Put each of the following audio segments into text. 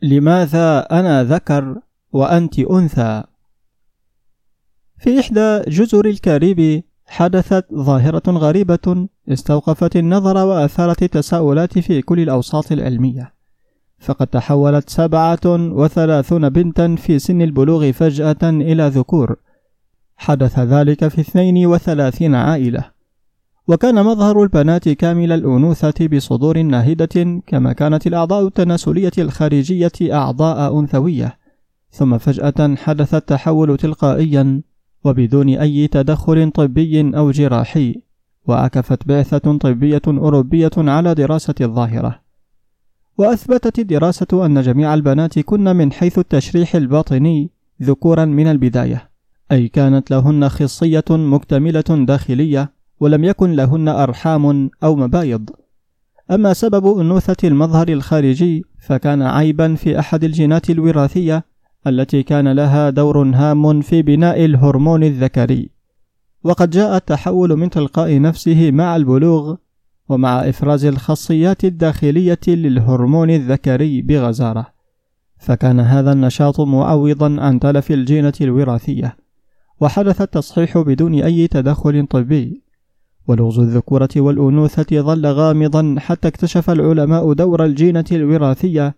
لماذا أنا ذكر وأنت أنثى؟ في إحدى جزر الكاريبي حدثت ظاهرة غريبة استوقفت النظر وأثارت التساؤلات في كل الأوساط العلمية، فقد تحولت 37 بنتا في سن البلوغ فجأة إلى ذكور. حدث ذلك في 32 عائلة، وكان مظهر البنات كامل الأنوثة بصدور ناهدة، كما كانت الأعضاء التناسلية الخارجية أعضاء أنثوية. ثم فجأة حدث التحول تلقائيا وبدون أي تدخل طبي أو جراحي، وأكفت بعثة طبية أوروبية على دراسة الظاهرة. وأثبتت الدراسة أن جميع البنات كن من حيث التشريح الباطني ذكورا من البداية، أي كانت لهن خصية مكتملة داخلية ولم يكن لهن أرحام أو مبايض. أما سبب أنوثة المظهر الخارجي فكان عيبا في أحد الجينات الوراثية التي كان لها دور هام في بناء الهرمون الذكري. وقد جاء التحول من تلقاء نفسه مع البلوغ ومع إفراز الخاصيات الداخلية للهرمون الذكري بغزارة، فكان هذا النشاط معوضا عن تلف الجينة الوراثية، وحدث التصحيح بدون أي تدخل طبي. ولغز الذكورة والأنوثة ظل غامضا حتى اكتشف العلماء دور الجينة الوراثية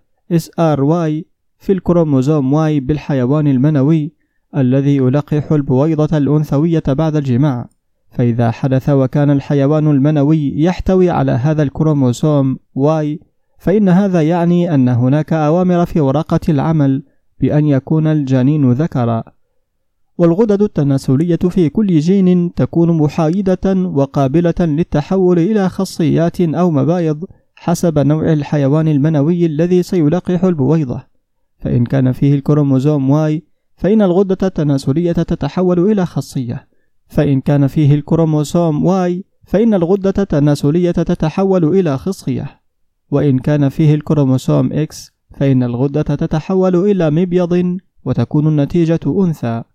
SRY في الكروموزوم Y بالحيوان المنوي الذي يلقح البويضة الأنثوية بعد الجماع. فإذا حدث وكان الحيوان المنوي يحتوي على هذا الكروموسوم Y، فإن هذا يعني أن هناك أوامر في ورقة العمل بأن يكون الجنين ذكرا. والغدد التناسلية في كل جين تكون محايدة وقابلة للتحول إلى خاصيات أو مبايض حسب نوع الحيوان المنوي الذي سيلقح البويضة. فإن كان فيه الكروموزوم Y فإن الغدة التناسلية تتحول إلى خاصية، فإن كان فيه الكروموسوم Y فإن الغدة التناسلية تتحول إلى خصية، وإن كان فيه الكروموسوم X فإن الغدة تتحول إلى مبيض وتكون النتيجة أنثى.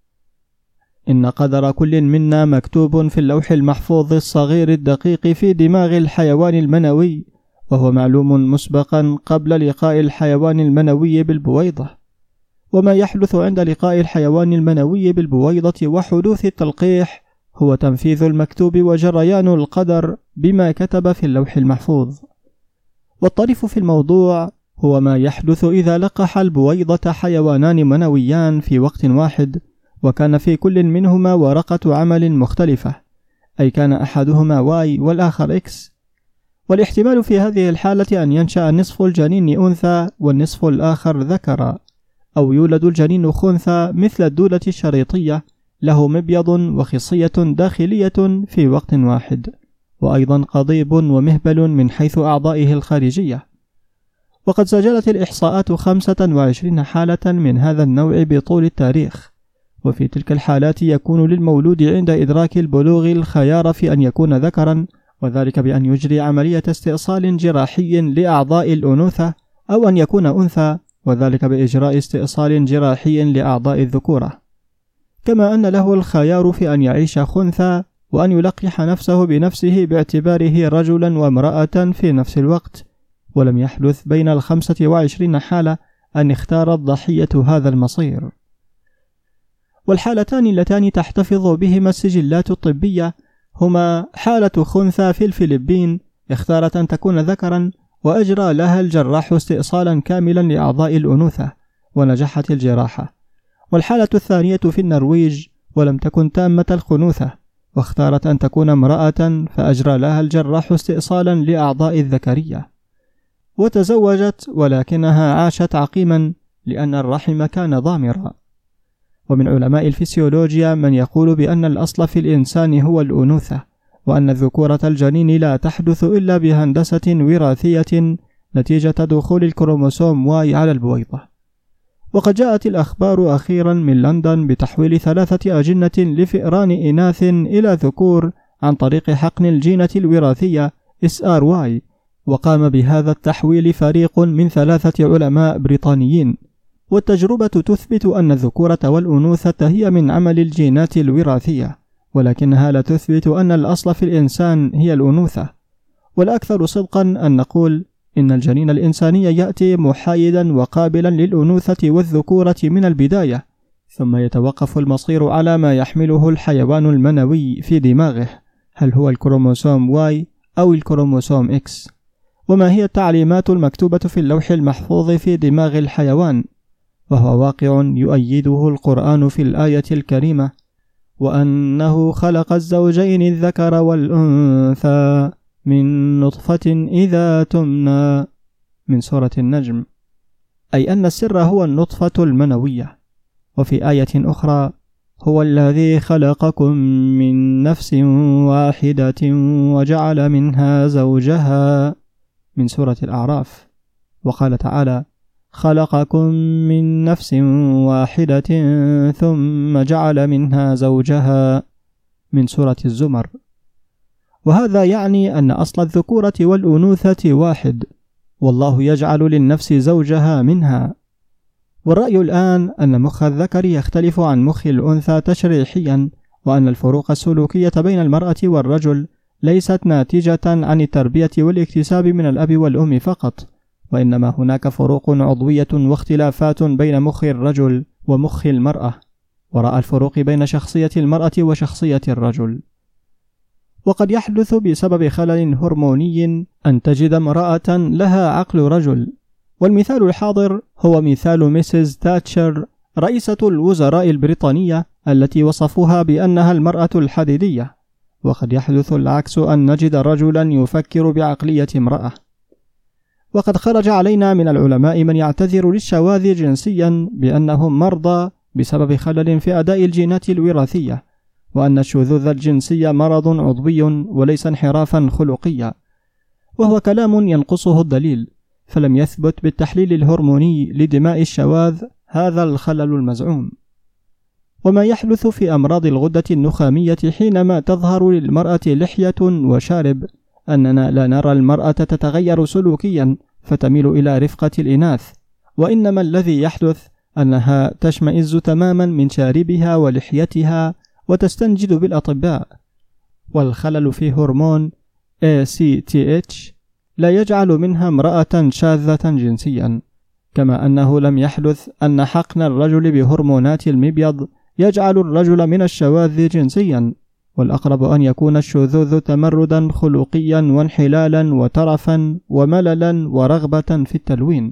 إن قدر كل منا مكتوب في اللوح المحفوظ الصغير الدقيق في دماغ الحيوان المنوي، وهو معلوم مسبقا قبل لقاء الحيوان المنوي بالبويضة. وما يحدث عند لقاء الحيوان المنوي بالبويضة وحدوث التلقيح هو تنفيذ المكتوب وجريان القدر بما كتب في اللوح المحفوظ. والطريف في الموضوع هو ما يحدث إذا لقح البويضة حيوانان منويان في وقت واحد، وكان في كل منهما ورقة عمل مختلفة، أي كان أحدهما Y والآخر X. والاحتمال في هذه الحالة أن ينشأ نصف الجنين أنثى والنصف الآخر ذكرا، أو يولد الجنين خنثى مثل الدولة الشريطية له مبيض وخصية داخلية في وقت واحد، وأيضا قضيب ومهبل من حيث أعضائه الخارجية. وقد سجلت الإحصاءات 25 حالة من هذا النوع بطول التاريخ، وفي تلك الحالات يكون للمولود عند إدراك البلوغ الخيار في أن يكون ذكرا، وذلك بأن يجري عملية استئصال جراحي لأعضاء الأنوثة، أو أن يكون أنثى، وذلك بإجراء استئصال جراحي لأعضاء الذكورة. كما أن له الخيار في أن يعيش خنثى وأن يلقح نفسه بنفسه باعتباره رجلا وامرأة في نفس الوقت، ولم يحدث بين 25 حالة أن اختار الضحية هذا المصير. والحالتان اللتان تحتفظ بهما السجلات الطبية هما حالة خنثى في الفلبين اختارت أن تكون ذكرا، وأجرى لها الجراح استئصالا كاملا لأعضاء الأنوثة ونجحت الجراحة. والحالة الثانية في النرويج ولم تكن تامة الخنوثة، واختارت أن تكون امرأة فأجرى لها الجراح استئصالا لأعضاء الذكرية. وتزوجت ولكنها عاشت عقيما لأن الرحم كان ضامرا. ومن علماء الفسيولوجيا من يقول بأن الأصل في الإنسان هو الأنوثة، وأن الذكورة الجنين لا تحدث إلا بهندسة وراثية نتيجة دخول الكروموسوم Y على البويضة. وقد جاءت الأخبار أخيرا من لندن بتحويل 3 أجنة لفئران إناث إلى ذكور عن طريق حقن الجينة الوراثية SRY، وقام بهذا التحويل فريق من 3 علماء بريطانيين. والتجربة تثبت أن الذكورة والأنوثة هي من عمل الجينات الوراثية، ولكنها لا تثبت أن الأصل في الإنسان هي الأنوثة. والأكثر صدقا أن نقول إن الجنين الإنساني يأتي محايدا وقابلا للأنوثة والذكورة من البداية، ثم يتوقف المصير على ما يحمله الحيوان المنوي في دماغه، هل هو الكروموسوم Y أو الكروموسوم X، وما هي التعليمات المكتوبة في اللوح المحفوظ في دماغ الحيوان، وهو واقع يؤيده القرآن في الآية الكريمة: وأنه خلق الزوجين الذكر والأنثى من نطفة إذا تمنى من سورة النجم، أي أن السر هو النطفة المنوية. وفي آية أخرى: هو الذي خلقكم من نفس واحدة وجعل منها زوجها من سورة الأعراف. وقال تعالى: خلقكم من نفس واحدة ثم جعل منها زوجها من سورة الزمر. وهذا يعني أن أصل الذكورة والأنوثة واحد، والله يجعل للنفس زوجها منها. والرأي الآن أن مخ الذكر يختلف عن مخ الأنثى تشريحيا، وأن الفروق السلوكية بين المرأة والرجل ليست ناتجة عن التربية والاكتساب من الأب والأم فقط، وإنما هناك فروق عضوية واختلافات بين مخ الرجل ومخ المرأة، وراء الفروق بين شخصية المرأة وشخصية الرجل. وقد يحدث بسبب خلل هرموني أن تجد امرأة لها عقل رجل، والمثال الحاضر هو مثال ميسيس تاتشر رئيسة الوزراء البريطانية التي وصفوها بأنها المرأة الحديدية. وقد يحدث العكس، أن نجد رجلا يفكر بعقلية امرأة. وقد خرج علينا من العلماء من يعتذر للشواذ جنسيا بأنهم مرضى بسبب خلل في أداء الجينات الوراثية، وأن الشذوذ الجنسي مرض عضوي وليس انحرافا خلقيا، وهو كلام ينقصه الدليل، فلم يثبت بالتحليل الهرموني لدماء الشواذ هذا الخلل المزعوم. وما يحدث في أمراض الغدة النخامية حينما تظهر للمرأة لحية وشارب أننا لا نرى المرأة تتغير سلوكيا فتميل إلى رفقة الإناث، وإنما الذي يحدث أنها تشمئز تماما من شاربها ولحيتها وتستنجد بالأطباء. والخلل في هرمون ACTH لا يجعل منها امرأة شاذة جنسيا، كما أنه لم يحدث أن حقن الرجل بهرمونات المبيض يجعل الرجل من الشواذ جنسيا، والأقرب أن يكون الشذوذ تمردا خلقيا وانحلالا وترفا ومللا ورغبة في التلوين.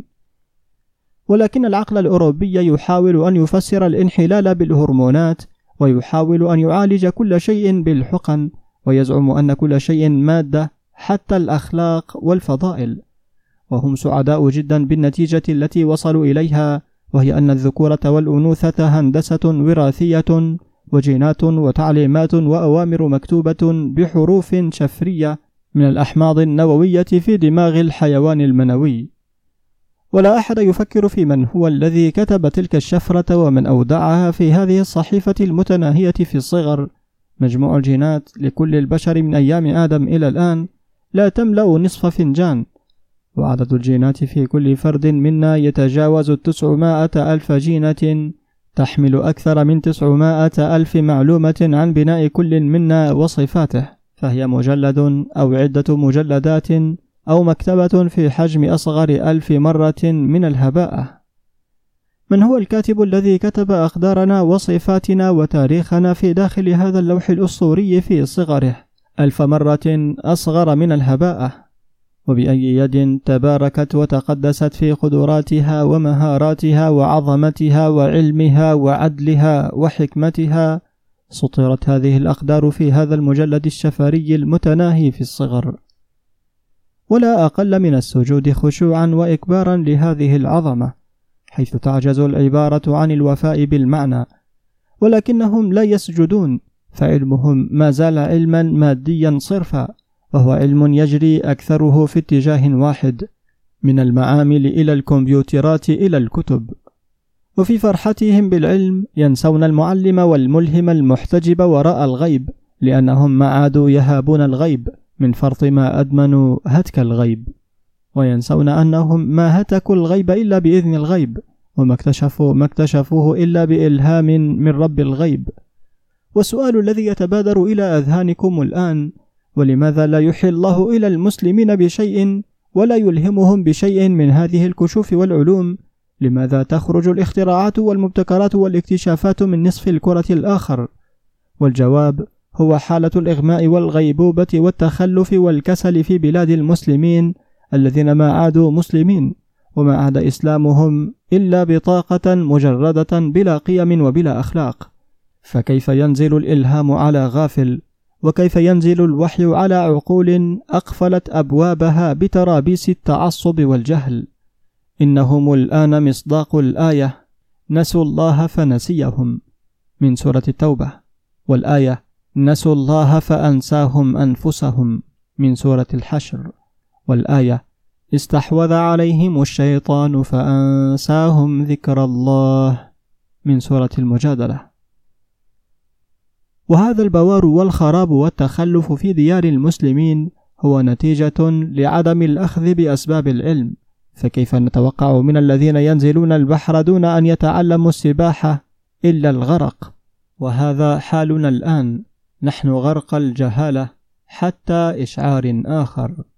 ولكن العقل الأوروبي يحاول أن يفسر الانحلال بالهرمونات، ويحاول أن يعالج كل شيء بالحقن، ويزعم أن كل شيء مادة حتى الأخلاق والفضائل، وهم سعداء جدا بالنتيجة التي وصلوا إليها، وهي أن الذكورة والأنوثة هندسة وراثية وجينات وتعليمات وأوامر مكتوبة بحروف شفرية من الأحماض النووية في دماغ الحيوان المنوي. ولا أحد يفكر في من هو الذي كتب تلك الشفرة ومن أودعها في هذه الصحيفة المتناهية في الصغر. مجموع الجينات لكل البشر من أيام آدم إلى الآن لا تملأ نصف فنجان، وعدد الجينات في كل فرد منا يتجاوز 900,000 جينة تحمل أكثر من 900,000 معلومة عن بناء كل منا وصفاته، فهي مجلد أو عدة مجلدات أو مكتبة في حجم أصغر 1000 مرة من الهباء. من هو الكاتب الذي كتب أقدارنا وصفاتنا وتاريخنا في داخل هذا اللوح الأسطوري في صغره 1000 مرة أصغر من الهباء؟ وبأي يد تباركت وتقدست في قدراتها ومهاراتها وعظمتها وعلمها وعدلها وحكمتها سطرت هذه الأقدار في هذا المجلد الشفري المتناهي في الصغر؟ ولا أقل من السجود خشوعا وإكبارا لهذه العظمة، حيث تعجز العبارة عن الوفاء بالمعنى، ولكنهم لا يسجدون، فعلمهم ما زال علما ماديا صرفا، وهو علم يجري أكثره في اتجاه واحد، من المعامل إلى الكمبيوترات إلى الكتب. وفي فرحتهم بالعلم ينسون المعلم والملهم المحتجب وراء الغيب، لأنهم ما عادوا يهابون الغيب من فرط ما أدمنوا هتك الغيب، وينسون أنهم ما هتكوا الغيب إلا بإذن الغيب، وما اكتشفوه إلا بإلهام من رب الغيب. والسؤال الذي يتبادر إلى أذهانكم الآن: ولماذا لا يحيي الله إلى المسلمين بشيء ولا يلهمهم بشيء من هذه الكشوف والعلوم، لماذا تخرج الاختراعات والمبتكرات والاكتشافات من نصف الكرة الآخر؟ والجواب هو حالة الإغماء والغيبوبة والتخلف والكسل في بلاد المسلمين الذين ما عادوا مسلمين، وما عاد إسلامهم إلا بطاقة مجردة بلا قيم وبلا أخلاق. فكيف ينزل الإلهام على غافل؟ وكيف ينزل الوحي على عقول أقفلت أبوابها بترابيس التعصب والجهل؟ إنهم الآن مصداق الآية: نسوا الله فنسيهم، من سورة التوبة، والآية: نسوا الله فأنساهم أنفسهم، من سورة الحشر، والآية: استحوذ عليهم الشيطان فأنساهم ذكر الله، من سورة المجادلة. وهذا البوار والخراب والتخلف في ديار المسلمين هو نتيجة لعدم الأخذ بأسباب العلم. فكيف نتوقع من الذين ينزلون البحر دون أن يتعلموا السباحة إلا الغرق؟ وهذا حالنا الآن، نحن غرق الجهالة حتى إشعار آخر.